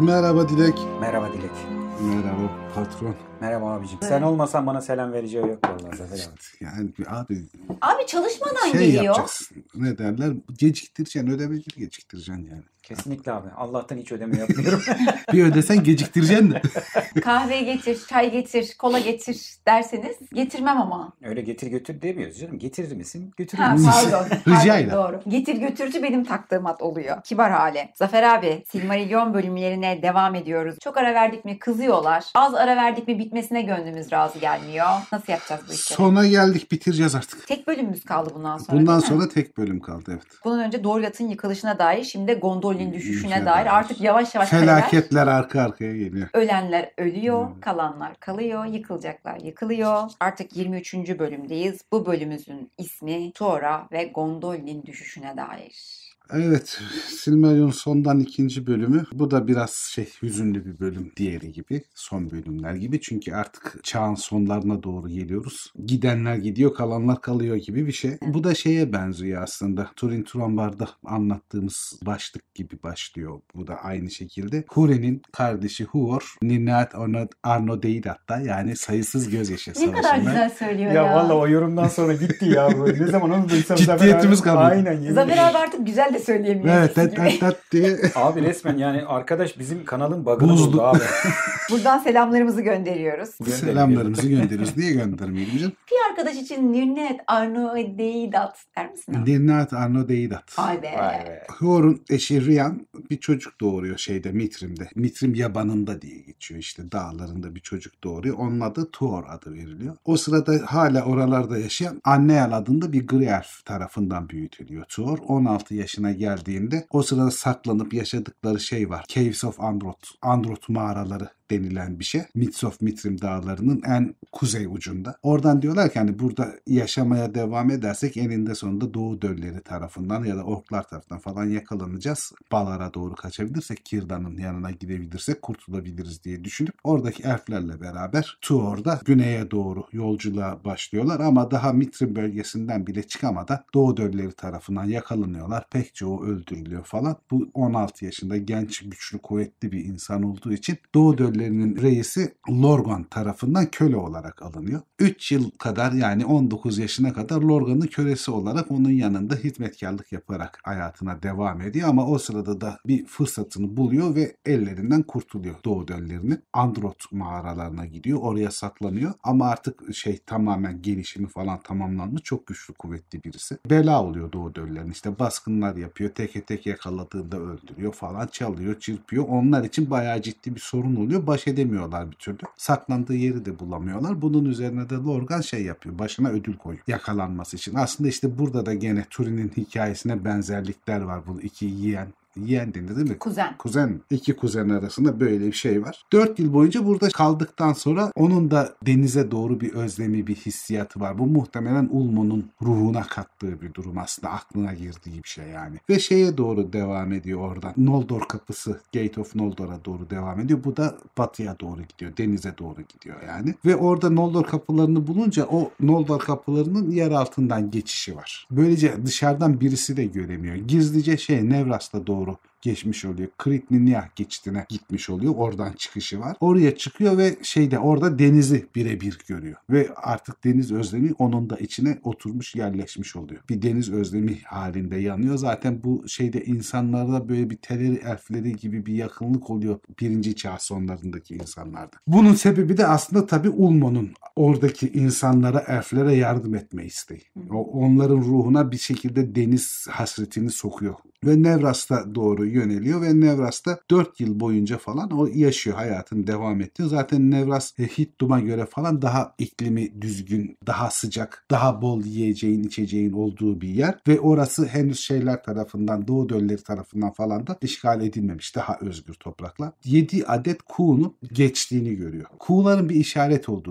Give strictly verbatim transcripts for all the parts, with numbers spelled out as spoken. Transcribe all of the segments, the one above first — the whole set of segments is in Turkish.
Merhaba Dilek. Merhaba Dilek. Merhaba patron. Merhaba abicim. Sen olmasan bana selam vereceği yok vallahi Zafer abi. Yani abi Abi çalışmadan şey geliyor. yapacaksın. Ne derler? Geciktireceksin, ödemeyi geciktireceksin yani. Kesinlikle abi. Allah'tan hiç ödeme yapmıyorum. Bir ödesen geciktireceksin de. Kahve getir, çay getir, kola getir derseniz getirmem ama. Öyle getir götür demiyoruz canım. Getirir misin? Götürür Ha, müsün? pardon. Ricayla. Pardon, doğru. Getir götürücü benim taktığım ad oluyor. Kibar hali. Zafer abi, Silmarillion bölümlerine devam ediyoruz. Çok ara verdik mi kızıyorlar. Az ara verdik mi bitmesine gönlümüz razı gelmiyor. Nasıl yapacağız bu işleri? Sona geldik, bitireceğiz artık. Tek bölümümüz kaldı bundan sonra. Bundan değil mi? sonra tek bölüm kaldı, evet. Bundan önce Dorgat'ın yıkılışına dair, şimdi Gondolin'in düşüşüne Düşüşüne dair dair. artık yavaş yavaş kaleler- Felaketler arka arkaya geliyor. Ölenler ölüyor, Hmm. kalanlar kalıyor, yıkılacaklar yıkılıyor. Artık yirmi üçüncü bölümdeyiz. Bu bölümümüzün ismi Tuora ve Gondolin'in düşüşüne dair. Evet, Silmarillion sondan ikinci bölümü. Bu da biraz şey hüzünlü bir bölüm, diğeri gibi, son bölümler gibi. Çünkü artık çağın sonlarına doğru geliyoruz. Gidenler gidiyor, kalanlar kalıyor gibi bir şey. Bu da şeye benziyor aslında. Turin Turambar'da anlattığımız başlık gibi başlıyor. Bu da aynı şekilde. Húrin'in kardeşi Huor, Ninnaat Arnodeidat'ta, yani sayısız gözyaşı Ne savaşında. kadar güzel söylüyor ya. Ya valla o yorumdan sonra gitti ya bu. Ne zaman onu duysam Ciddiyetimiz Zafer abi- kalmadı. Aynen. yemin Zafer ederim. abi artık güzel de söyleyemiyor. Evet, eskisi tat gibi. tat tat diye. Abi resmen yani arkadaş bizim kanalın bug'ını Buzlu. buldu abi. Buradan selamlarımızı gönderiyoruz. Selamlarımızı gönderiyoruz. Niye göndermeyelim canım? Bir arkadaş için Nirnet Arnodeidat der misin? abi? Ninnaat Arnodeidat. Vay be. Vay be. Huor'un eşi Rian bir çocuk doğuruyor şeyde, Mitrim'de. Mitrim yabanında diye geçiyor, işte dağlarında bir çocuk doğuruyor. Onun adı Tuor adı veriliyor. O sırada hala oralarda yaşayan Anneal adında bir gri elf tarafından büyütülüyor Tuor. on altı yaşına geldiğinde o sırada saklanıp yaşadıkları şey var. Caves of Androth. Androth mağaraları denilen bir şey. Myths of Mitrim dağlarının en kuzey ucunda. Oradan diyorlar ki hani burada yaşamaya devam edersek eninde sonunda Doğu Dölleri tarafından ya da Orklar tarafından falan yakalanacağız. Balar'a doğru kaçabilirsek, Círdan'ın yanına gidebilirsek kurtulabiliriz diye düşünüp oradaki elflerle beraber Tuor'da güneye doğru yolculuğa başlıyorlar ama daha Mitrim bölgesinden bile çıkamadan Doğu Dölleri tarafından yakalanıyorlar. Pek çoğu öldürülüyor falan. Bu on altı yaşında genç, güçlü, kuvvetli bir insan olduğu için Doğu Dölleri reisi Lorgan tarafından köle olarak alınıyor. üç yıl kadar, yani on dokuz yaşına kadar Lorgan'ın kölesi olarak onun yanında hizmetkarlık yaparak hayatına devam ediyor ama o sırada da bir fırsatını buluyor ve ellerinden kurtuluyor Doğu Döllerinin. Androth mağaralarına gidiyor. Oraya saklanıyor ama artık şey tamamen gelişimi falan tamamlanmış. Çok güçlü, kuvvetli birisi. Bela oluyor Doğu Döllerinin. İşte baskınlar yapıyor. Teke tek yakaladığında öldürüyor falan. Çalıyor, çırpıyor. Onlar için bayağı ciddi bir sorun oluyor. Baş edemiyorlar bir türlü. Saklandığı yeri de bulamıyorlar. Bunun üzerine de Lorgan şey yapıyor. Başına ödül koyuyor. Yakalanması için. Aslında işte burada da gene Turin'in hikayesine benzerlikler var. Bu iki yiyen Yeğen denir değil mi? Kuzen. Kuzen. İki kuzen arasında böyle bir şey var. Dört yıl boyunca burada kaldıktan sonra onun da denize doğru bir özlemi, bir hissiyatı var. Bu muhtemelen Ulmo'nun ruhuna kattığı bir durum aslında. Aklına girdiği bir şey yani. Ve şeye doğru devam ediyor oradan. Noldor kapısı, Gate of Noldor'a doğru devam ediyor. Bu da batıya doğru gidiyor. Denize doğru gidiyor yani. Ve orada Noldor kapılarını bulunca o Noldor kapılarının yer altından geçişi var. Böylece dışarıdan birisi de göremiyor. Gizlice şey Nevras'ta doğru geçmiş oluyor. Krit Ninyah geçidine gitmiş oluyor. Oradan çıkışı var. Oraya çıkıyor ve şeyde orada denizi birebir görüyor. Ve artık deniz özlemi onun da içine oturmuş, yerleşmiş oluyor. Bir deniz özlemi halinde yanıyor. Zaten bu şeyde insanlarda böyle bir teleri elfleri gibi bir yakınlık oluyor birinci çağ sonlarındaki insanlarda. Bunun sebebi de aslında tabii Ulmo'nun oradaki insanlara, elflere yardım etme isteği. O, onların ruhuna bir şekilde deniz hasretini sokuyor. Ve Nevras'ta doğru yöneliyor ve Nevras'ta dört yıl boyunca falan o yaşıyor, hayatını devam ediyor. Zaten Nevras e, Hittum'a göre falan daha iklimi düzgün, daha sıcak, daha bol yiyeceğin, içeceğin olduğu bir yer ve orası henüz şeyler tarafından, Doğu Dölleri tarafından falan da işgal edilmemiş, daha özgür topraklar. yedi adet kuğunun geçtiğini görüyor. Kuğuların bir işaret olduğunu düşünüyor.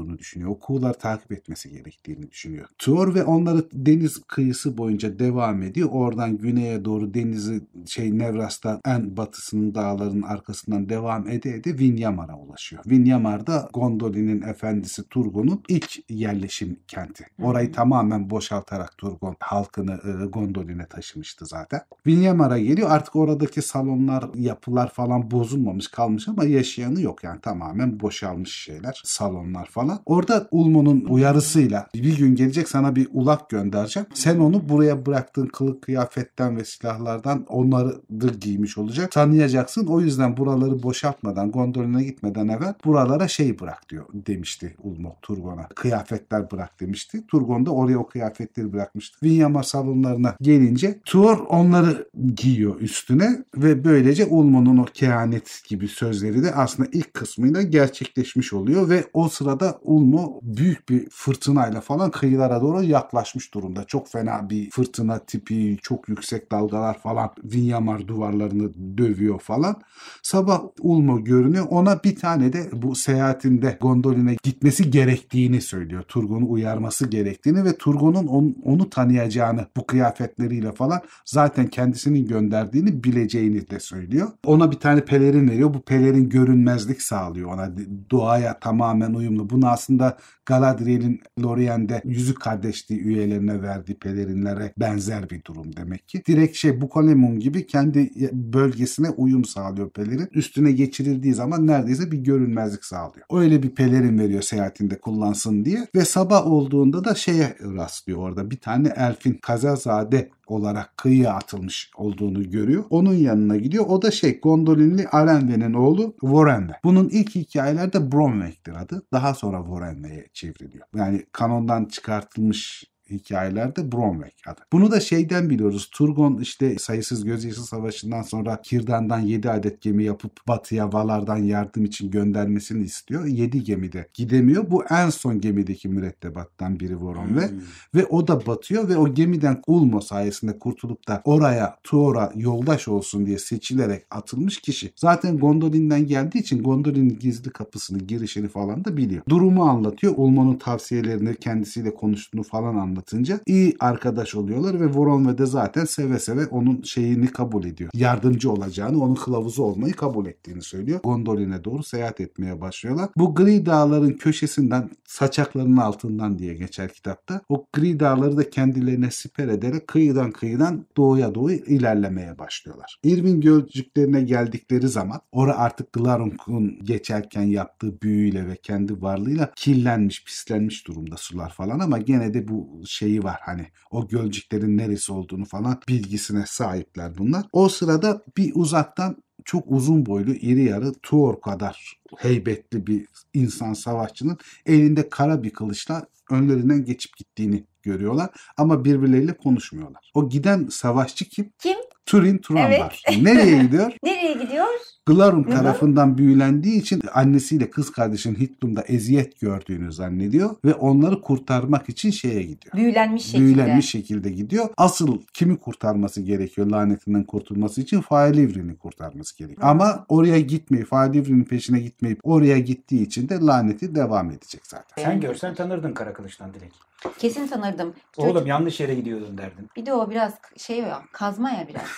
O kuğuları takip etmesi gerektiğini düşünüyor. Tuor ve onları deniz kıyısı boyunca devam ediyor. Oradan güneye doğru denizi şey Nevras'ta en batısının dağların arkasından devam ede ede Vinyamar'a ulaşıyor. Vinyamar'da Gondolin'in efendisi Turgon'un ilk yerleşim kenti. Orayı hmm. tamamen boşaltarak Turgon halkını e, Gondolin'e taşımıştı zaten. Vinyamar'a geliyor. Artık oradaki salonlar, yapılar falan bozulmamış kalmış ama yaşayanı yok. Yani tamamen boşalmış şeyler, salonlar falan. Orada Ulmo'nun uyarısıyla bir gün gelecek sana bir ulak göndereceğim. Sen onu buraya bıraktığın kılık kıyafetten ve silahlardan onları giymiş olacak. Tanıyacaksın. O yüzden buraları boşaltmadan, Gondolin'e gitmeden evvel buralara şey bırak diyor demişti Ulmo Turgon'a. Kıyafetler bırak demişti. Turgon da oraya o kıyafetleri bırakmıştı. Vinyamar salonlarına gelince Tuor onları giyiyor üstüne ve böylece Ulmo'nun o kehanet gibi sözleri de aslında ilk kısmıyla gerçekleşmiş oluyor ve o sırada Ulmo büyük bir fırtınayla falan kıyılara doğru yaklaşmış durumda. Çok fena bir fırtına tipi, çok yüksek dalgalar falan Vinyamar duvarlarını dövüyor falan. Sabah Ulmo görünüyor. Ona bir tane de bu seyahatinde Gondolin'e gitmesi gerektiğini söylüyor. Turgon'u uyarması gerektiğini ve Turgon'un onu, onu tanıyacağını bu kıyafetleriyle falan zaten kendisinin gönderdiğini bileceğini de söylüyor. Ona bir tane pelerin veriyor. Bu pelerin görünmezlik sağlıyor ona. Doğaya tamamen uyumlu. Bunu aslında Galadriel'in Lorient'de Yüzük Kardeşliği üyelerine verdiği pelerinlere benzer bir durum demek ki. Direkt şey Bukalemun gibi kendi bölgesine uyum sağlıyor pelerin. Üstüne geçirildiği zaman neredeyse bir görünmezlik sağlıyor. Öyle bir pelerin veriyor seyahatinde kullansın diye ve sabah olduğunda da şeye rastlıyor orada. Bir tane elfin Kazazade olarak kıyıya atılmış olduğunu görüyor. Onun yanına gidiyor. O da şey Gondolinli Arenve'nin oğlu Vorenve. Bunun ilk hikayelerde Bronweg'tir adı. Daha sonra Vorenve'ye çevriliyor. Yani kanondan çıkartılmış hikayelerde Bronweg adı. Bunu da şeyden biliyoruz. Turgon işte sayısız gözyaşı savaşından sonra Kirdan'dan yedi adet gemi yapıp batıya Valar'dan yardım için göndermesini istiyor. yedi gemide gidemiyor. Bu en son gemideki mürettebattan biri Voronve. Hmm. Ve o da batıyor ve o gemiden Ulmo sayesinde kurtulup da oraya Tuor'a yoldaş olsun diye seçilerek atılmış kişi. Zaten Gondolin'den geldiği için Gondolin'in gizli kapısını, girişini falan da biliyor. Durumu anlatıyor. Ulmo'nun tavsiyelerini kendisiyle konuştuğunu falan anlatıyor. Anlatınca iyi arkadaş oluyorlar ve Voronve de zaten seve seve onun şeyini kabul ediyor. Yardımcı olacağını, onun kılavuzu olmayı kabul ettiğini söylüyor. Gondolin'e doğru seyahat etmeye başlıyorlar. Bu gri dağların köşesinden, saçaklarının altından diye geçer kitapta. O gri dağları da kendilerine siper ederek kıyıdan kıyıdan doğuya doğru ilerlemeye başlıyorlar. Irving Gölcüklerine geldikleri zaman orada artık Glaurung'un geçerken yaptığı büyüyle ve kendi varlığıyla kirlenmiş, pislenmiş durumda sular falan ama gene de bu şeyi var hani o gölcüklerin neresi olduğunu falan bilgisine sahipler bunlar. O sırada bir uzaktan çok uzun boylu, iri yarı Tuor kadar heybetli bir insan savaşçının elinde kara bir kılıçla önlerinden geçip gittiğini görüyorlar ama birbirleriyle konuşmuyorlar. O giden savaşçı kim? Kim? Turin Turambar. Evet. Nereye gidiyor? Nereye gidiyor? Glaurung tarafından büyülendiği için annesiyle kız kardeşin Hithlum'da eziyet gördüğünü zannediyor ve onları kurtarmak için şeye gidiyor. Büyülenmiş şekilde. Büyülenmiş şekilde gidiyor. Asıl kimi kurtarması gerekiyor lanetinden kurtulması için? Faelivri'ni kurtarması gerekiyor. Hı. Ama oraya gitmeyip, Faelivri'nin peşine gitmeyip oraya gittiği için de laneti devam edecek zaten. Sen görsen tanırdın Kara Kılıç'tan direkt. Kesin tanırdım. Oğlum Çocuk... yanlış yere gidiyordun derdin. Bir de o biraz şey ya, kazma ya biraz.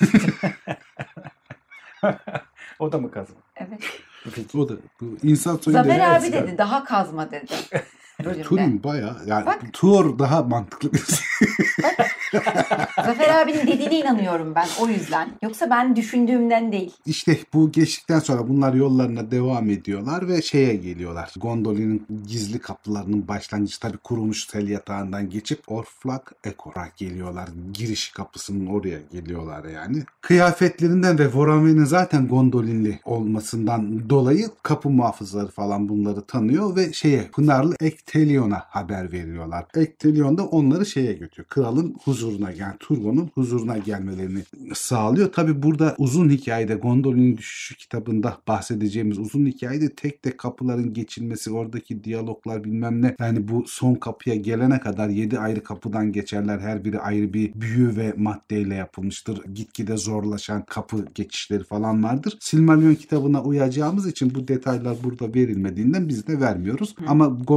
O da mı kazma? Evet. Peki. O da bu insan soyu Zafer abi dedi yani. Daha kazma dedi. Turin bayağı yani bak, Tuor daha mantıklı bir şey. Zafer abinin dediğine inanıyorum ben o yüzden. Yoksa ben düşündüğümden değil. İşte bu geçtikten sonra bunlar yollarına devam ediyorlar ve şeye geliyorlar. Gondolin'in gizli kapılarının başlangıcı tabii kurumuş sel yatağından geçip Orflak Ekor'a geliyorlar. Giriş kapısının oraya geliyorlar yani. Kıyafetlerinden ve Voronve'nin zaten Gondolinli olmasından dolayı kapı muhafızları falan bunları tanıyor ve şeye Pınarlı Ektelion'a haber veriyorlar. Ektelion da onları şeye götürüyor. Kralın huzuruna yani Turgon'un huzuruna gelmelerini sağlıyor. Tabi burada uzun hikayede Gondolin'in düşüşü kitabında bahsedeceğimiz uzun hikayede tek tek kapıların geçilmesi, oradaki diyaloglar bilmem ne. Yani bu son kapıya gelene kadar yedi ayrı kapıdan geçerler. Her biri ayrı bir büyü ve maddeyle yapılmıştır. Gitgide zorlaşan kapı geçişleri falan vardır. Silmarillion kitabına uyacağımız için bu detaylar burada verilmediğinden biz de vermiyoruz. Hı. Ama Gondolin'in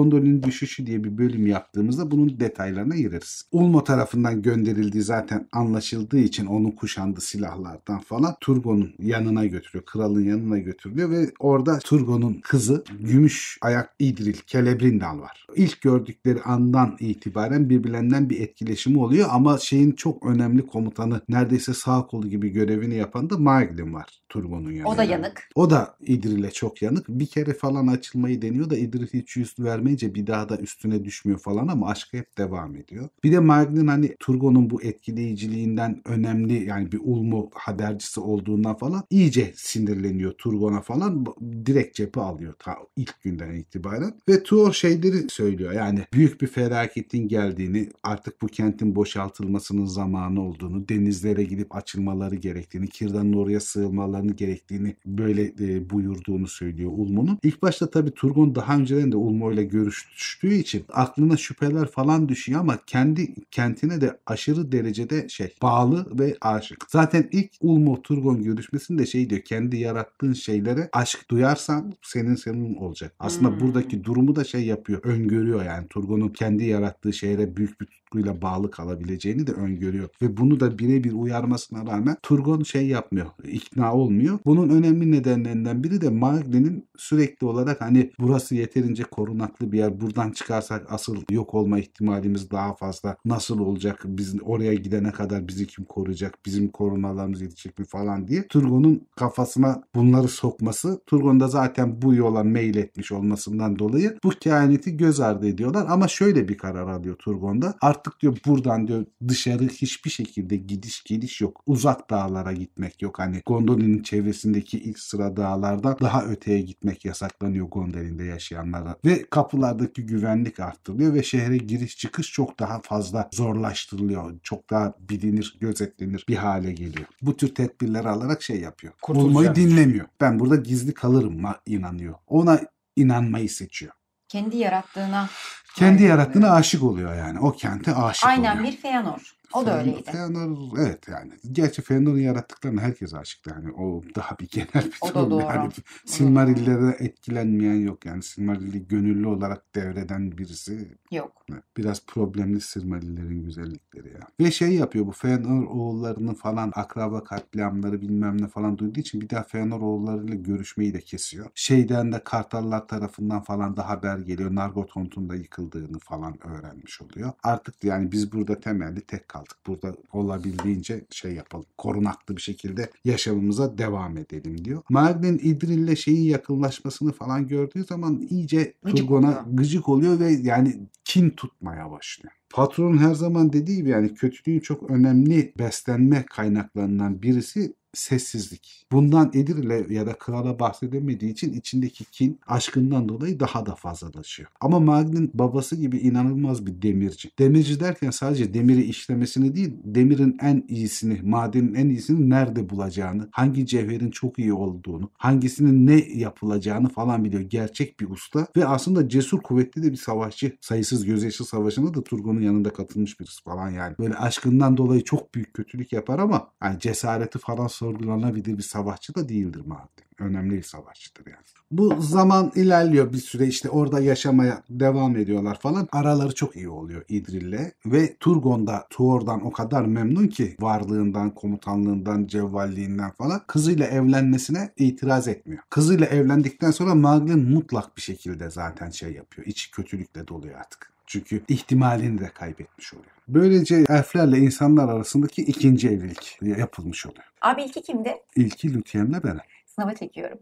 düşüşü diye bir bölüm yaptığımızda bunun detaylarına gireriz. Ulmo tarafından gönderildiği zaten anlaşıldığı için onun kuşandığı silahlardan falan Turgon'un yanına götürüyor. Kralın yanına götürülüyor ve orada Turgon'un kızı Gümüş Ayak İdril Celebrimbor var. İlk gördükleri andan itibaren birbirlerinden bir etkileşimi oluyor ama şeyin çok önemli komutanı, neredeyse sağ kolu gibi görevini yapan da Maeglin var Turgon'un yanında. O da yanık. O da İdril'e çok yanık. Bir kere falan açılmayı deniyor da İdril hiç yüz vermeyince bir daha da üstüne düşmüyor falan ama aşkı hep devam ediyor. Bir de Maeglin hani Turgon'un bu etkileyiciliğinden önemli, yani bir Ulmo habercisi olduğundan falan iyice sinirleniyor Turgon'a falan. Direkt cephe alıyor ta ilk günden itibaren. Ve Tuor şeyleri söylüyor, yani büyük bir felaketin geldiğini, artık bu kentin boşaltılmasının zamanı olduğunu, denizlere gidip açılmaları gerektiğini, Círdan'ın oraya sığınmalarını gerektiğini böyle e, buyurduğunu söylüyor Ulmo'nun. İlk başta tabii Turgon daha önceden de Ulmo ile görüştüğü için aklına şüpheler falan düşüyor ama kendi kentine de aşırı derecede şey bağlı ve aşık. Zaten ilk Ulmo Turgon görüşmesinde şey diyor, kendi yarattığın şeylere aşk duyarsan senin senin olacak. Aslında Hmm. buradaki durumu da şey yapıyor, öngörüyor yani. Turgon'un kendi yarattığı şeylere büyük bir tutkuyla bağlı kalabileceğini de öngörüyor. Ve bunu da birebir uyarmasına rağmen Turgon şey yapmıyor, ikna olmuyor. Bunun önemli nedenlerinden biri de Maeglin'in sürekli olarak hani burası yeterince korunaklı bir yer, buradan çıkarsak asıl yok olma ihtimalimiz daha fazla, nasıl olacak, biz oraya gidene kadar bizi kim koruyacak, bizim korumalarımız yetecek mi falan diye Turgon'un kafasına bunları sokması, Turgon da zaten bu yola meyil etmiş olmasından dolayı bu kehaneti göz ardı ediyorlar ama şöyle bir karar alıyor Turgon'da. Artık diyor buradan diyor dışarı hiçbir şekilde gidiş geliş yok. Uzak dağlara gitmek yok. Hani Gondolin'in çevresindeki ilk sıra dağlardan daha öteye gitmek yasaklanıyor Gondolin'de yaşayanlara. Ve kapılardaki güvenlik arttırılıyor ve şehre giriş çıkış çok daha fazla zorlaştırılıyor. Çok daha bilinir, gözetlenir bir hale geliyor. Bu tür tedbirleri alarak şey yapıyor. Ulmo'yu Kurtulacağını dinlemiyor. Ben burada gizli kalırım mı inanıyor. Ona inanmayı seçiyor. Kendi yarattığına. Kendi Aynen. yarattığına aşık oluyor yani. O kente aşık Aynen oluyor. bir Feanor. O da öyleydi. Feanor, evet yani. Gerçi Feanor'un yarattıklarına herkes aşıktı. Yani o daha bir genel bir O da durum. doğru. Yani Silmarillere etkilenmeyen yok. Yani Silmarill'i gönüllü olarak devreden birisi Yok. biraz problemli Silmarillerin güzellikleri ya. Ve şey yapıyor, bu Feanor oğullarının falan akraba katliamları bilmem ne falan duyduğu için bir daha Feanor oğullarıyla görüşmeyi de kesiyor. Şeyden de Kartallar tarafından falan da haber geliyor. Nargothrond'un da yıkıldığını falan öğrenmiş oluyor. Artık yani biz burada temelli tek kaldık. Burada olabildiğince şey yapalım. Korunaklı bir şekilde yaşamımıza devam edelim diyor. Maeglin İdril'le şeyin yakınlaşmasını falan gördüğü zaman iyice Gıcık Turgon'a oluyor. gıcık oluyor ve yani kin tutmaya başlıyor. Patronun her zaman dediği gibi yani kötülüğün çok önemli beslenme kaynaklarından birisi sessizlik. Bundan Edirle ya da krala bahsedemediği için içindeki kin aşkından dolayı daha da fazlalaşıyor. Ama Maeglin babası gibi inanılmaz bir demirci. Demirci derken sadece demiri işlemesini değil, demirin en iyisini, madenin en iyisini nerede bulacağını, hangi cevherin çok iyi olduğunu, hangisinin ne yapılacağını falan biliyor. Gerçek bir usta ve aslında cesur, kuvvetli de bir savaşçı. Sayısız gözyaşı savaşına da Turgon'un yanında katılmış birisi falan yani. Böyle aşkından dolayı çok büyük kötülük yapar ama yani cesareti falan sorgulanabilir bir savaşçı da değildir Maeglin. Önemli bir savaşçıdır yani. Bu zaman ilerliyor bir süre, işte orada yaşamaya devam ediyorlar falan. Araları çok iyi oluyor İdril'le ve Turgon da Tuor'dan o kadar memnun ki varlığından, komutanlığından, cevvalliğinden falan kızıyla evlenmesine itiraz etmiyor. Kızıyla evlendikten sonra Maeglin mutlak bir şekilde zaten şey yapıyor. İçi kötülükle doluyor artık. Çünkü ihtimalini de kaybetmiş oluyor. Böylece elflerle insanlar arasındaki ikinci evlilik yapılmış oluyor. Abi ilki kimdi? İlki Luthien'le Beren. Sınava çekiyorum.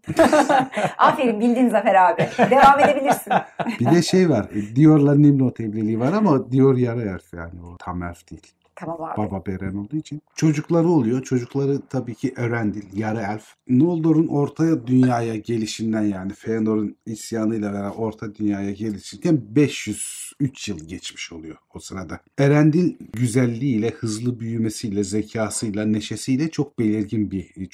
Aferin, bildin Zafer abi. Devam edebilirsin. Bir de şey var. Dior'la Nimrod evliliği var ama Dior yarı elf yani. O tam elf değil. Tamam abi. Baba Beren olduğu için. Çocukları oluyor. Çocukları tabii ki Erendil, yarı elf. Noldor'un orta dünyaya gelişinden, yani Feanor'un isyanıyla beraber orta dünyaya gelişirken beş yüz üç yıl geçmiş oluyor o sırada. Erendil güzelliğiyle, hızlı büyümesiyle, zekasıyla, neşesiyle çok belirgin bir çocuk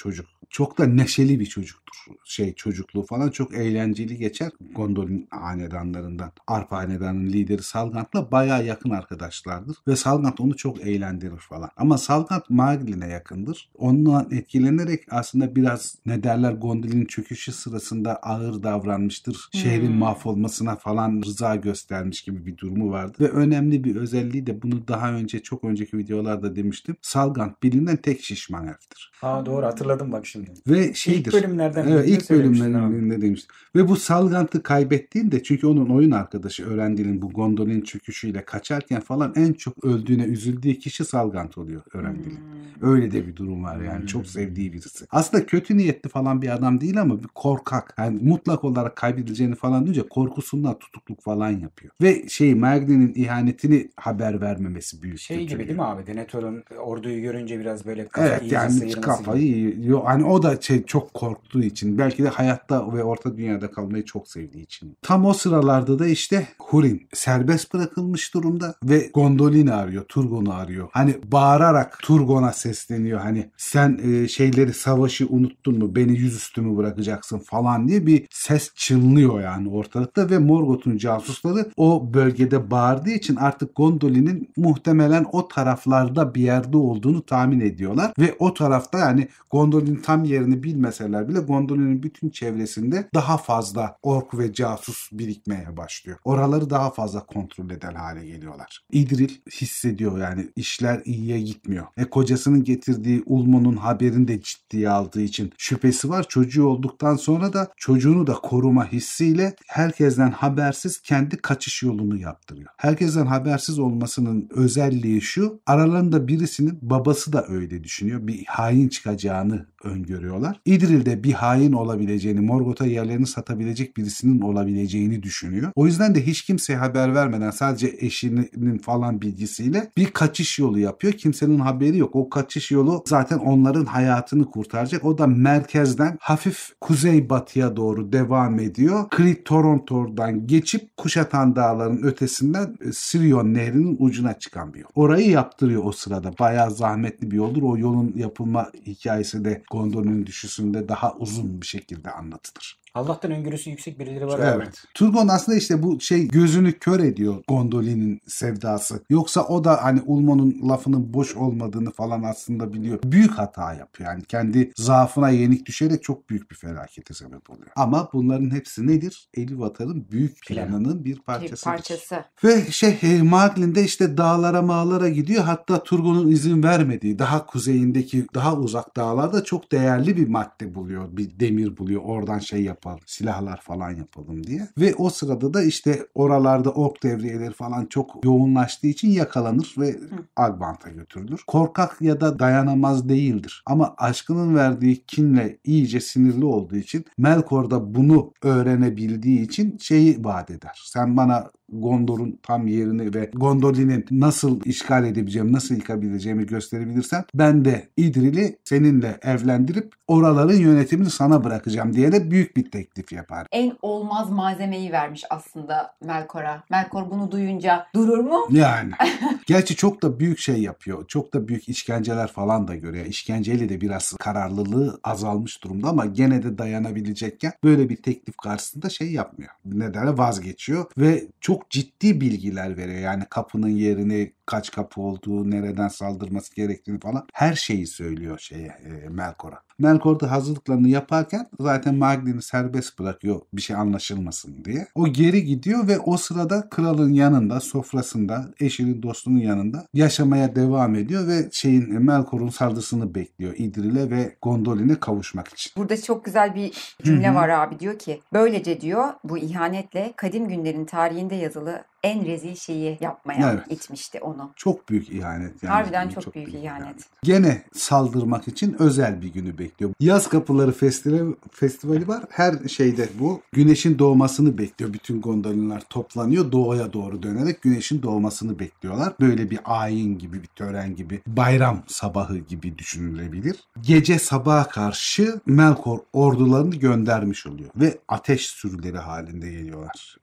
çok da neşeli bir çocuktur. Şey çocukluğu falan çok eğlenceli geçer. Gondolin hanedanlarından. Arp hanedanının lideri Salgant'la bayağı yakın arkadaşlardır. Ve Salgant onu çok eğlendirir falan. Ama Salgant Marglin'e yakındır. Ondan etkilenerek aslında biraz ne derler Gondolin'in çöküşü sırasında ağır davranmıştır. Şehrin Hmm. mahvolmasına falan rıza göstermiş gibi bir durumu vardı. Ve önemli bir özelliği de bunu daha önce çok önceki videolarda demiştim. Salgant bilinen tek şişman elftir. Aa doğru hatırladım bak şimdi. Ve şeydir. İlk bölümlerden Evet, birinde ilk söylemiştin bölümlerinde demiştim. Ve bu Salgant'ı kaybettiğinde çünkü onun oyun arkadaşı Örendil'in bu Gondolin çöküşüyle kaçarken falan en çok öldüğüne üzüldüğü kişi Salgant oluyor Örendil'in. Hmm. Öyle de bir durum var yani. Hmm. Çok sevdiği birisi. Aslında kötü niyetli falan bir adam değil ama bir korkak. Yani mutlak olarak kaybedileceğini falan duyunca korkusundan tutukluk falan yapıyor. Ve şey Marglin'in ihanetini haber vermemesi büyük Şey gibi kötülüğü. değil mi abi? Denethor'un orduyu görünce biraz böyle kafa Evet iyice yani sıyırması kafayı gibi. yiyor. Hani o da şey çok korktuğu için belki de hayatta ve orta dünyada kalmayı çok sevdiği için. Tam o sıralarda da işte Húrin serbest bırakılmış durumda ve Gondolin'i arıyor, Turgon'u arıyor. Hani bağırarak Turgon'a sesleniyor. Hani sen e, şeyleri savaşı unuttun mu? Beni yüzüstü mü bırakacaksın falan diye bir ses çınlıyor yani ortalıkta ve Morgoth'un casusları o bölgede bağırdığı için artık Gondolin'in muhtemelen o taraflarda bir yerde olduğunu tahmin ediyorlar ve o tarafta yani Gondolin'in tam yerini bilmeseler bile Gondolin'in bütün çevresinde daha fazla ork ve casus birikmeye başlıyor. Oraları daha fazla kontrol eden hale geliyorlar. İdril hissediyor yani işler iyiye gitmiyor. E kocasının getirdiği Ulmo'nun haberini de ciddiye aldığı için şüphesi var. Çocuğu olduktan sonra da çocuğunu da koruma hissiyle herkesten habersiz kendi kaçış yolunu yaptırıyor. Herkesten habersiz olmasının özelliği şu, aralarında birisinin babası da öyle düşünüyor. Bir hain çıkacağını öngörüyorlar. İdril de bir hain olabileceğini, Morgoth'a yerlerini satabilecek birisinin olabileceğini düşünüyor. O yüzden de hiç kimseye haber vermeden sadece eşinin falan bilgisiyle bir kaçış yolu yapıyor. Kimsenin haberi yok. O kaçış yolu zaten onların hayatını kurtaracak. O da merkezden hafif kuzeybatıya doğru devam ediyor. Cree Toronto'dan geçip Kuşatan Dağları'nın ötesinden Sirion Nehri'nin ucuna çıkan bir yol. Orayı yaptırıyor o sırada. Bayağı zahmetli bir yoldur. O yolun yapılma hikayesi de Gondolin'in düşüşünde daha uzun bir şekilde anlatılır. Allah'tan öngörüsü yüksek birileri var. abi. Evet. Turgon aslında işte bu şey gözünü kör ediyor Gondolin'in sevdası. Yoksa o da hani Ulmo'nun lafının boş olmadığını falan aslında biliyor. Büyük hata yapıyor. Yani kendi zaafına yenik düşerek çok büyük bir felakete sebep oluyor. Ama bunların hepsi nedir? Ilúvatar'ın büyük planının bir Bir parçasıdır. parçası. Ve şey e, Marglin de işte dağlara mağlara gidiyor. Hatta Turgon'un izin vermediği daha kuzeyindeki daha uzak dağlarda çok değerli bir madde buluyor. Bir demir buluyor. Oradan şey yapalım. Silahlar falan yapalım diye. Ve o sırada da işte oralarda ork devriyeleri falan çok yoğunlaştığı için yakalanır ve Agbant'a götürülür. Korkak ya da dayanamaz değildir. Ama aşkının verdiği kinle iyice sinirli olduğu için Melkor da bunu öğrenebildiği için şeyi vaat eder. Sen bana Gondor'un tam yerini ve Gondolin'in nasıl işgal edebileceğimi, nasıl yıkabileceğimi gösterebilirsen ben de İdril'i seninle evlendirip oraların yönetimini sana bırakacağım diye de büyük bir teklif yapar. En olmaz malzemeyi vermiş aslında Melkor'a. Melkor bunu duyunca durur mu? Yani. Gerçi çok da büyük şey yapıyor. Çok da büyük işkenceler falan da görüyor. İşkenceyle de biraz kararlılığı azalmış durumda ama gene de dayanabilecekken böyle bir teklif karşısında şey yapmıyor. Nedenle vazgeçiyor ve çok ciddi bilgiler veriyor. Yani kapının yerini, kaç kapı olduğu, nereden saldırması gerektiğini falan her şeyi söylüyor şeye e, Melkor'a. Melkor da hazırlıklarını yaparken zaten Marglin'i serbest bırakıyor bir şey anlaşılmasın diye. O geri gidiyor ve o sırada kralın yanında, sofrasında, eşinin dostunun yanında yaşamaya devam ediyor ve şeyin Melkor'un saldırısını bekliyor İdril'e ve Gondolin'e kavuşmak için. Burada çok güzel bir cümle var abi, diyor ki böylece diyor bu ihanetle kadim günlerin tarihinde yazılı en rezil şeyi yapmaya Evet. itmişti onu. Çok büyük ihanet. Yani. Harbiden çok, büyük, ihanet. Gene saldırmak için özel bir günü bekliyor. Yaz Kapıları Festivali, festivali var. Her şeyde bu. Güneşin doğmasını bekliyor. Bütün Gondolinler toplanıyor. Doğuya doğru dönerek güneşin doğmasını bekliyorlar. Böyle bir ayin gibi, bir tören gibi, bayram sabahı gibi düşünülebilir. Gece sabaha karşı Melkor ordularını göndermiş oluyor. Ve ateş sürüleri halinde geliyorlar.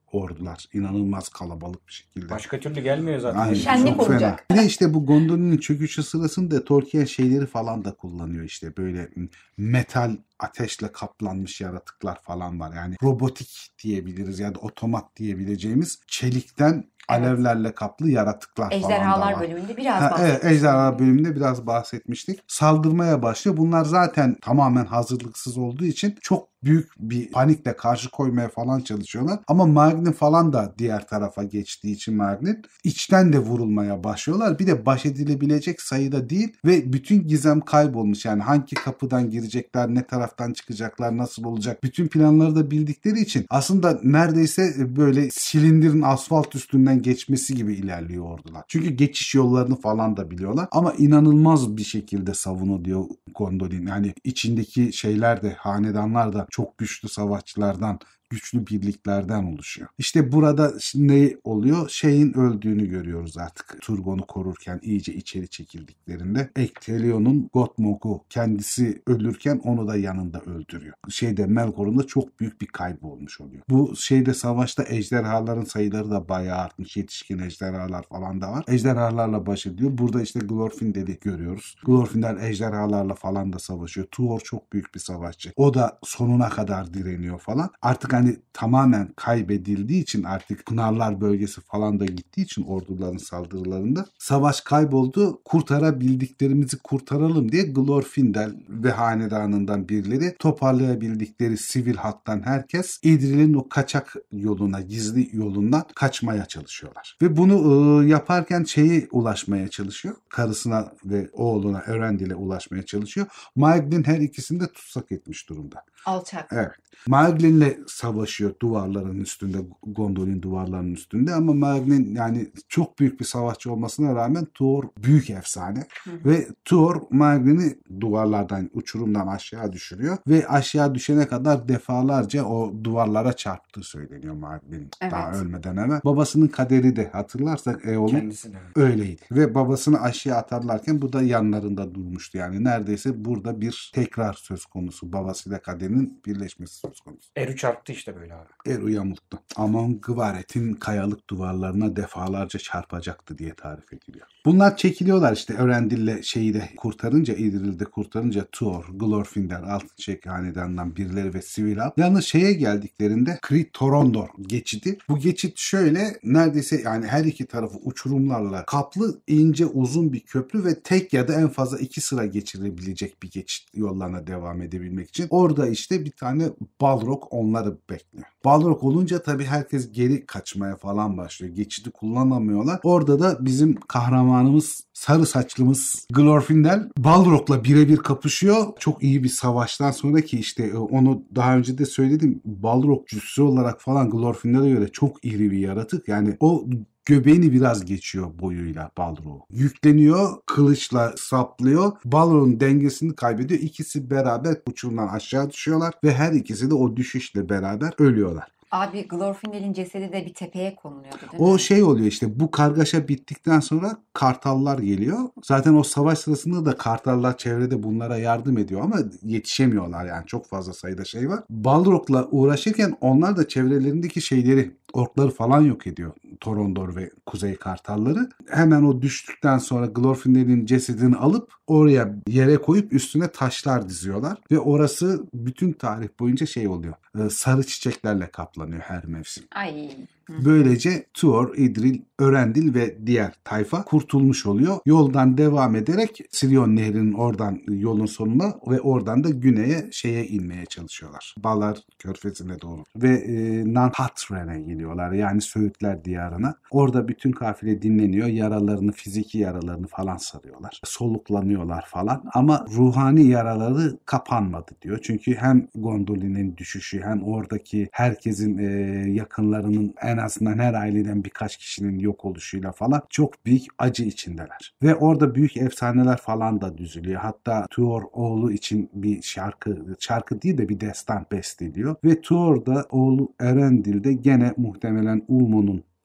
ordular. İnanılmaz kalabalık bir şekilde. Başka türlü gelmiyor zaten. Aynen, Şenlik çok olacak. fena. Bir de işte bu Gondolin'in çöküşü sırasında Tolkien şeyleri falan da kullanıyor işte böyle metal ateşle kaplanmış yaratıklar falan var. Yani robotik diyebiliriz ya da otomat diyebileceğimiz çelikten alevlerle kaplı yaratıklar falan da Ejderhalar var. bölümünde biraz Ha, evet, bahsetmiştik. Ejderha bölümünde biraz bahsetmiştik. Saldırmaya başlıyor. Bunlar zaten tamamen hazırlıksız olduğu için çok büyük bir panikle karşı koymaya falan çalışıyorlar. Ama Magnin falan da diğer tarafa geçtiği için Magnin içten de vurulmaya başlıyorlar. Bir de baş edilebilecek sayıda değil ve bütün gizem kaybolmuş. Yani hangi kapıdan girecekler, ne taraftan çıkacaklar, nasıl olacak. Bütün planları da bildikleri için aslında neredeyse böyle silindirin asfalt üstünden geçmesi gibi ilerliyor ordular. Çünkü geçiş yollarını falan da biliyorlar. Ama inanılmaz bir şekilde savunuluyor Gondolin. Yani içindeki şeyler de, hanedanlar da çok güçlü savaşçılardan, güçlü birliklerden oluşuyor. İşte burada ne oluyor? Şeyin öldüğünü görüyoruz artık. Turgon'u korurken iyice içeri çekildiklerinde. Ectelion'un Gottmog'u kendisi ölürken onu da yanında öldürüyor. Şeyde Melkor'un da çok büyük bir kaybı olmuş oluyor. Bu şeyde savaşta ejderhaların sayıları da bayağı artmış. Yetişkin ejderhalar falan da var. Ejderhalarla baş ediyor. Burada işte Glorfindel'i görüyoruz. Glorfindel ejderhalarla falan da savaşıyor. Tuor çok büyük bir savaşçı. O da sonuna kadar direniyor falan. Artık hani tamamen kaybedildiği için artık Pınarlar bölgesi falan da gittiği için orduların saldırılarında savaş kayboldu. Kurtarabildiklerimizi kurtaralım diye Glorfindel ve hanedanından birileri toparlayabildikleri sivil hattan herkes İdril'in o kaçak yoluna, gizli yolundan kaçmaya çalışıyorlar. Ve bunu e, yaparken şeyi ulaşmaya çalışıyor. Karısına ve oğluna Erendil'e ulaşmaya çalışıyor. Maegwin her ikisini de tutsak etmiş durumda. Alçak. Evet. Maegwin'le savaşıyor duvarların üstünde, Gondolin duvarlarının üstünde ama Maegwin yani çok büyük bir savaşçı olmasına rağmen Tuor büyük efsane. Hı hı. Ve Tuor Maegwin'i duvarlardan, uçurumdan aşağı düşürüyor ve aşağı düşene kadar defalarca o duvarlara çarptığı söyleniyor Maegwin'in Evet. daha ölmeden evvel. Babasının kaderi de hatırlarsak Eol'un Kendisi de. öyleydi. Ve babasını aşağı atarlarken bu da yanlarında durmuştu. Yani neredeyse burada bir tekrar söz konusu. Babasıyla kaderinin birleşmesi söz konusu. Eru çarptı işte böyle abi. Eru yamulttu. Amon Gvaret'in kayalık duvarlarına defalarca çarpacaktı diye tarif ediliyor. Bunlar çekiliyorlar işte Erendil'le şeyi de kurtarınca, İdril'i de kurtarınca Tuor, Glorfindel, Altınçek hanedanından birileri ve sivil halk. Yalnız şeye geldiklerinde Kri Torondor geçidi. Bu geçit şöyle neredeyse yani her iki tarafı uçurumlarla kaplı, ince, uzun bir köprü ve tek ya da en fazla iki sıra geçirebilecek bir geçit yollarına devam edebilmek için. Orada işte bir tane Balrog onları bekliyor. Balrog olunca tabii herkes geri kaçmaya falan başlıyor. Geçidi kullanamıyorlar. Orada da bizim kahramanımız, sarı saçlımız Glorfindel Balrog'la birebir kapışıyor. Çok iyi bir savaştan sonra ki işte onu daha önce de söyledim. Balrog cüssü olarak falan Glorfindel'e göre çok iri bir yaratık. Yani o göbeğini biraz geçiyor boyuyla Balrog. Yükleniyor, kılıçla saplıyor. Balrog'un dengesini kaybediyor. İkisi beraber uçurumdan aşağı düşüyorlar ve her ikisi de o düşüşle beraber ölüyorlar. Abi Glorfindel'in cesedi de bir tepeye konuluyordu değil O mi? şey oluyor işte bu kargaşa bittikten sonra kartallar geliyor. Zaten o savaş sırasında da kartallar çevrede bunlara yardım ediyor ama yetişemiyorlar yani çok fazla sayıda şey var. Balrog'la uğraşırken onlar da çevrelerindeki şeyleri, orkları falan yok ediyor. Torondor ve Kuzey Kartalları. Hemen o düştükten sonra Glorfindel'in cesedini alıp oraya yere koyup üstüne taşlar diziyorlar. Ve orası bütün tarih boyunca şey oluyor. Sarı çiçeklerle kaplanıyor her mevsim. Ay. Böylece Tuor, İdril, Örendil ve diğer tayfa kurtulmuş oluyor. Yoldan devam ederek Sirion Nehri'nin oradan yolun sonuna ve oradan da güneye şeye inmeye çalışıyorlar. Balar Körfezi'ne doğru. Ve e, Nanhatren'e geliyorlar. Yani Söğütler diyarına. Orada bütün kafile dinleniyor. Yaralarını, fiziki yaralarını falan sarıyorlar. Soluklanıyorlar falan. Ama ruhani yaraları kapanmadı diyor. Çünkü hem Gondolin'in düşüşü hem oradaki herkesin e, yakınlarının en azından her aileden birkaç kişinin yok oluşuyla falan çok büyük acı içindeler. Ve orada büyük efsaneler falan da düzülüyor. Hatta Tuor oğlu için bir şarkı, şarkı değil de bir destan besteliyor. Ve Tuor da oğlu Erendil de gene muhtemelen Ulmo'nun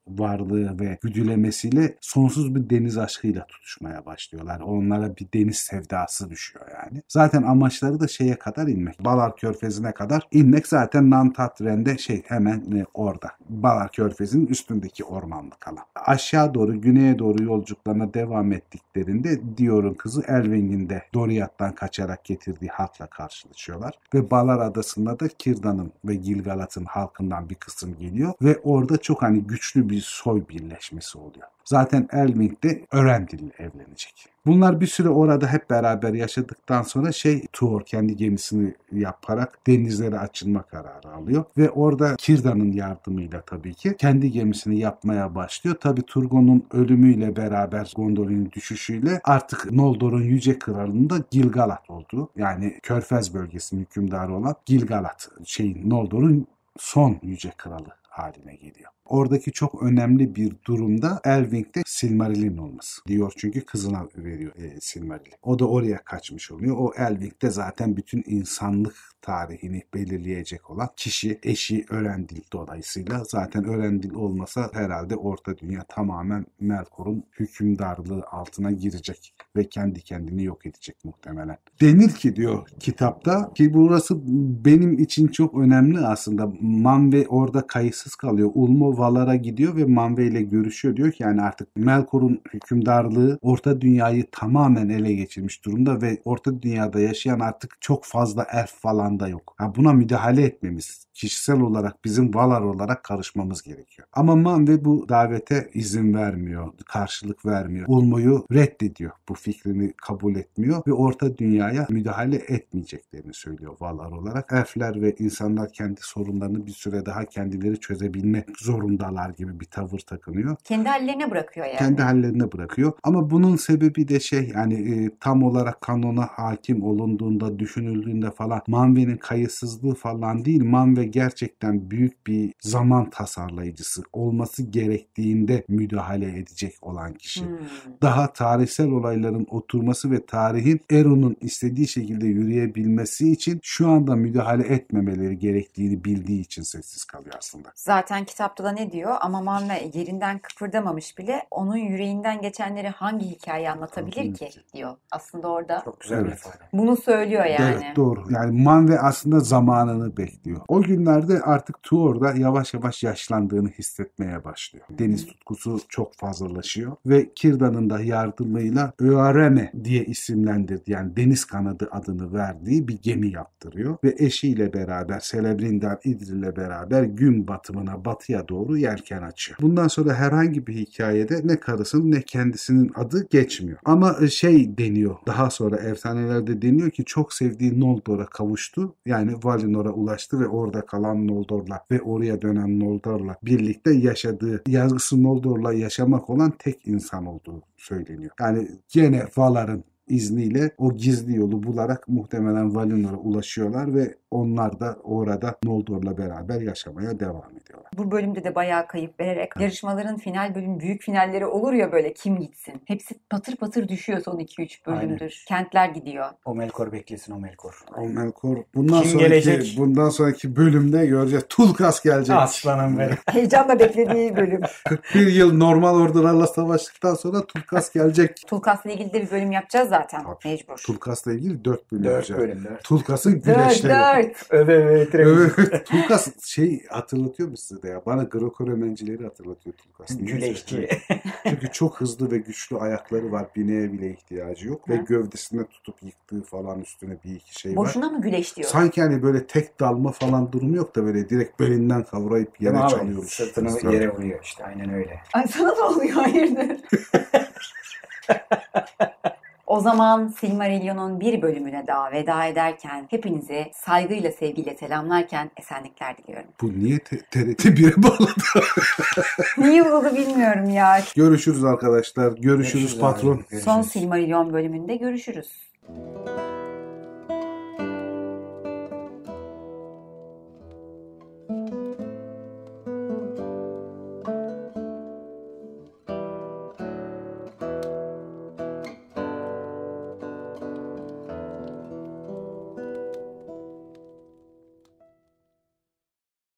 varlığı ve güdülemesiyle sonsuz bir deniz aşkıyla tutuşmaya başlıyorlar. Onlara bir deniz sevdası düşüyor yani. Zaten amaçları da şeye kadar inmek. Balar Körfezi'ne kadar inmek, zaten Nantatren'de şey hemen e, orada. Balar Körfezi'nin üstündeki ormanlık alan. Aşağı doğru, güneye doğru yolculuklarına devam ettiklerinde Dior'un kızı Elwing'in de Doriath'tan kaçarak getirdiği halkla karşılaşıyorlar. Ve Balar Adası'nda da Círdan'ın ve Gil-galad'ın halkından bir kısım geliyor ve orada çok hani güçlü bir soy birleşmesi oluyor. Zaten Elwing de Örendil'le evlenecek. Bunlar bir süre orada hep beraber yaşadıktan sonra şey Tuor kendi gemisini yaparak denizlere açılma kararı alıyor. Ve orada Círdan'ın yardımıyla tabii ki kendi gemisini yapmaya başlıyor. Tabii Turgon'un ölümüyle beraber, Gondolin'in düşüşüyle artık Noldor'un yüce kralının da Gil-galad olduğu, yani Körfez bölgesinin hükümdarı olan Gil-galad şeyin Noldor'un son yüce kralı haline geliyor. Oradaki çok önemli bir durumda Elwing'de Silmarillion olması. Diyor çünkü kızına veriyor e, Silmarillion. O da oraya kaçmış oluyor. O Elwing'de zaten bütün insanlık tarihini belirleyecek olan kişi, eşi Örendil dolayısıyla. Zaten Örendil olmasa herhalde Orta Dünya tamamen Melkor'un hükümdarlığı altına girecek ve kendi kendini yok edecek muhtemelen. Denir ki diyor kitapta, ki burası benim için çok önemli aslında. Manwë orada kayıtsız kalıyor. Ulmo Valar'a gidiyor ve Manwë ile görüşüyor. Diyor ki yani artık Melkor'un hükümdarlığı Orta Dünya'yı tamamen ele geçirmiş durumda ve Orta Dünya'da yaşayan artık çok fazla elf falan da yok. Yani buna müdahale etmemiz, kişisel olarak bizim Valar olarak karışmamız gerekiyor. Ama Manwë bu davete izin vermiyor, karşılık vermiyor. Ulmo'yu reddediyor. Bu fikrini kabul etmiyor ve Orta Dünya'ya müdahale etmeyeceklerini söylüyor Valar olarak. Elfler ve insanlar kendi sorunlarını bir süre daha kendileri çözebilmek zorundalar gibi bir tavır takınıyor. Kendi hallerine bırakıyor yani. Kendi hallerine bırakıyor. Ama bunun sebebi de şey yani e, tam olarak kanona hakim olunduğunda, düşünüldüğünde falan Manwë'nin kayıtsızlığı falan değil. Manwë gerçekten büyük bir zaman tasarlayıcısı. Olması gerektiğinde müdahale edecek olan kişi. Hmm. Daha tarihsel olayların oturması ve tarihin Eron'un istediği şekilde yürüyebilmesi için şu anda müdahale etmemeleri gerektiğini bildiği için sessiz kalıyor aslında. Zaten kitapta da ne diyor? Ama Manwë yerinden kıpırdamamış bile onun yüreğinden geçenleri hangi hikaye anlatabilir ki diyor. Aslında orada Çok güzel bir Evet. ifade. bunu söylüyor yani. Evet doğru. Yani Manwë aslında zamanını bekliyor. O günlerde artık Tuor'da yavaş yavaş yaşlandığını hissetmeye başlıyor. Deniz tutkusu çok fazlalaşıyor ve Círdan'ın da yardımıyla Öareme diye isimlendirdi, yani deniz kanadı adını verdiği bir gemi yaptırıyor ve eşiyle beraber Celebrinden İdril'le beraber gün batımına, batıya doğru yelken açıyor. Bundan sonra herhangi bir hikayede ne karısının ne kendisinin adı geçmiyor. Ama şey deniyor, daha sonra efsanelerde deniyor ki çok sevdiği Noldor'a kavuştu. Yani Valinor'a ulaştı ve orada kalan Noldor'la ve oraya dönen Noldor'la birlikte yaşadığı, yazgısı Noldor'la yaşamak olan tek insan olduğu söyleniyor. Yani gene Valar'ın izniyle o gizli yolu bularak muhtemelen Valinor'a ulaşıyorlar ve onlar da orada Noldor'la beraber yaşamaya devam ediyorlar. Bu bölümde de bayağı kayıp vererek yarışmaların final bölüm büyük finalleri olur ya, böyle kim gitsin. Hepsi patır patır düşüyor son iki üç bölümdür. Aynen. Kentler gidiyor. O Melkor beklesin, o Melkor. O Melkor bundan Kim sonraki gelecek? bundan sonraki bölümde göreceğiz. Tulkas gelecek. Aslanım benim. Heyecanla beklediği bölüm. kırk bir yıl normal ordularla savaştıktan sonra Tulkas gelecek. Tulkas'la ilgili de bir bölüm yapacağız zaten. Tabii. Mecbur. Tulkas'la ilgili dört bölüm Dört yapacağız. bölüm, dört. Tulkas'ın Dört güreşleri. dört. Öve öve Evet. Tulkas şey hatırlatıyor mu size de ya? Bana Greco-Romencileri hatırlatıyor Tulkas. Güleşçi. Çünkü çok hızlı ve güçlü ayakları var. Bineğe bile ihtiyacı yok. Ve Hı. gövdesinde tutup yıktığı falan üstüne bir iki şey var. Boşuna mı güleş diyor? Sanki hani böyle tek dalma falan durumu yok da böyle direkt belinden kavrayıp yere Değil mi abi? çalıyormuş. Sırtını yere vuruyor işte, aynen öyle. Ay sana ne oluyor? Hayırdır? O zaman Silmarillion'un bir bölümüne daha veda ederken, hepinizi saygıyla, sevgiyle selamlarken esenlikler diliyorum. Bu niye T R T bire bağladı? Niye oldu bilmiyorum ya. Görüşürüz arkadaşlar. Görüşürüz Görüşürüz patron. abi. Son Görüşürüz. Silmarillion bölümünde görüşürüz.